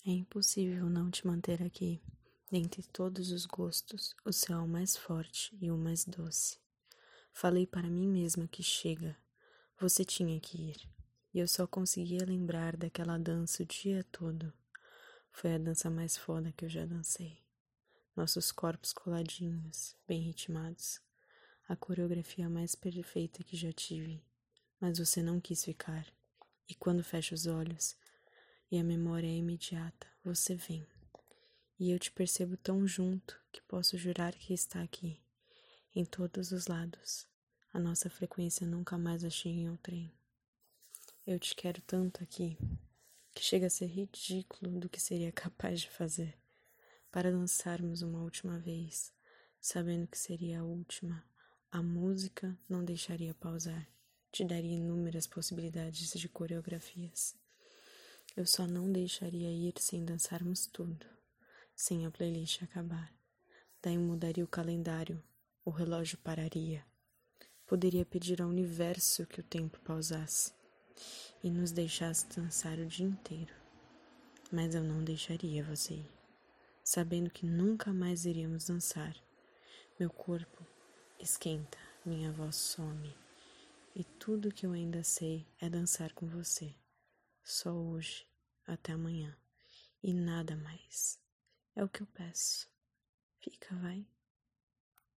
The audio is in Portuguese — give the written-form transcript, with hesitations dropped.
É impossível não te manter aqui. Dentre todos os gostos, o seu é o mais forte e o mais doce. Falei para mim mesma que chega. Você tinha que ir. E eu só conseguia lembrar daquela dança o dia todo. Foi a dança mais foda que eu já dancei. Nossos corpos coladinhos, bem ritmados. A coreografia mais perfeita que já tive. Mas você não quis ficar. E quando fecho os olhos, e a memória é imediata, você vem. E eu te percebo tão junto que posso jurar que está aqui, em todos os lados. A nossa frequência nunca mais achei em outrem. Eu te quero tanto aqui, que chega a ser ridículo do que seria capaz de fazer. Para dançarmos uma última vez, sabendo que seria a última, a música não deixaria pausar. Te daria inúmeras possibilidades de coreografias. Eu só não deixaria ir sem dançarmos tudo, sem a playlist acabar. Daí mudaria o calendário, o relógio pararia. Poderia pedir ao universo que o tempo pausasse e nos deixasse dançar o dia inteiro. Mas eu não deixaria você ir, sabendo que nunca mais iríamos dançar. Meu corpo esquenta, minha voz some, e tudo que eu ainda sei é dançar com você. Só hoje, até amanhã, e nada mais. É o que eu peço. Fica, vai.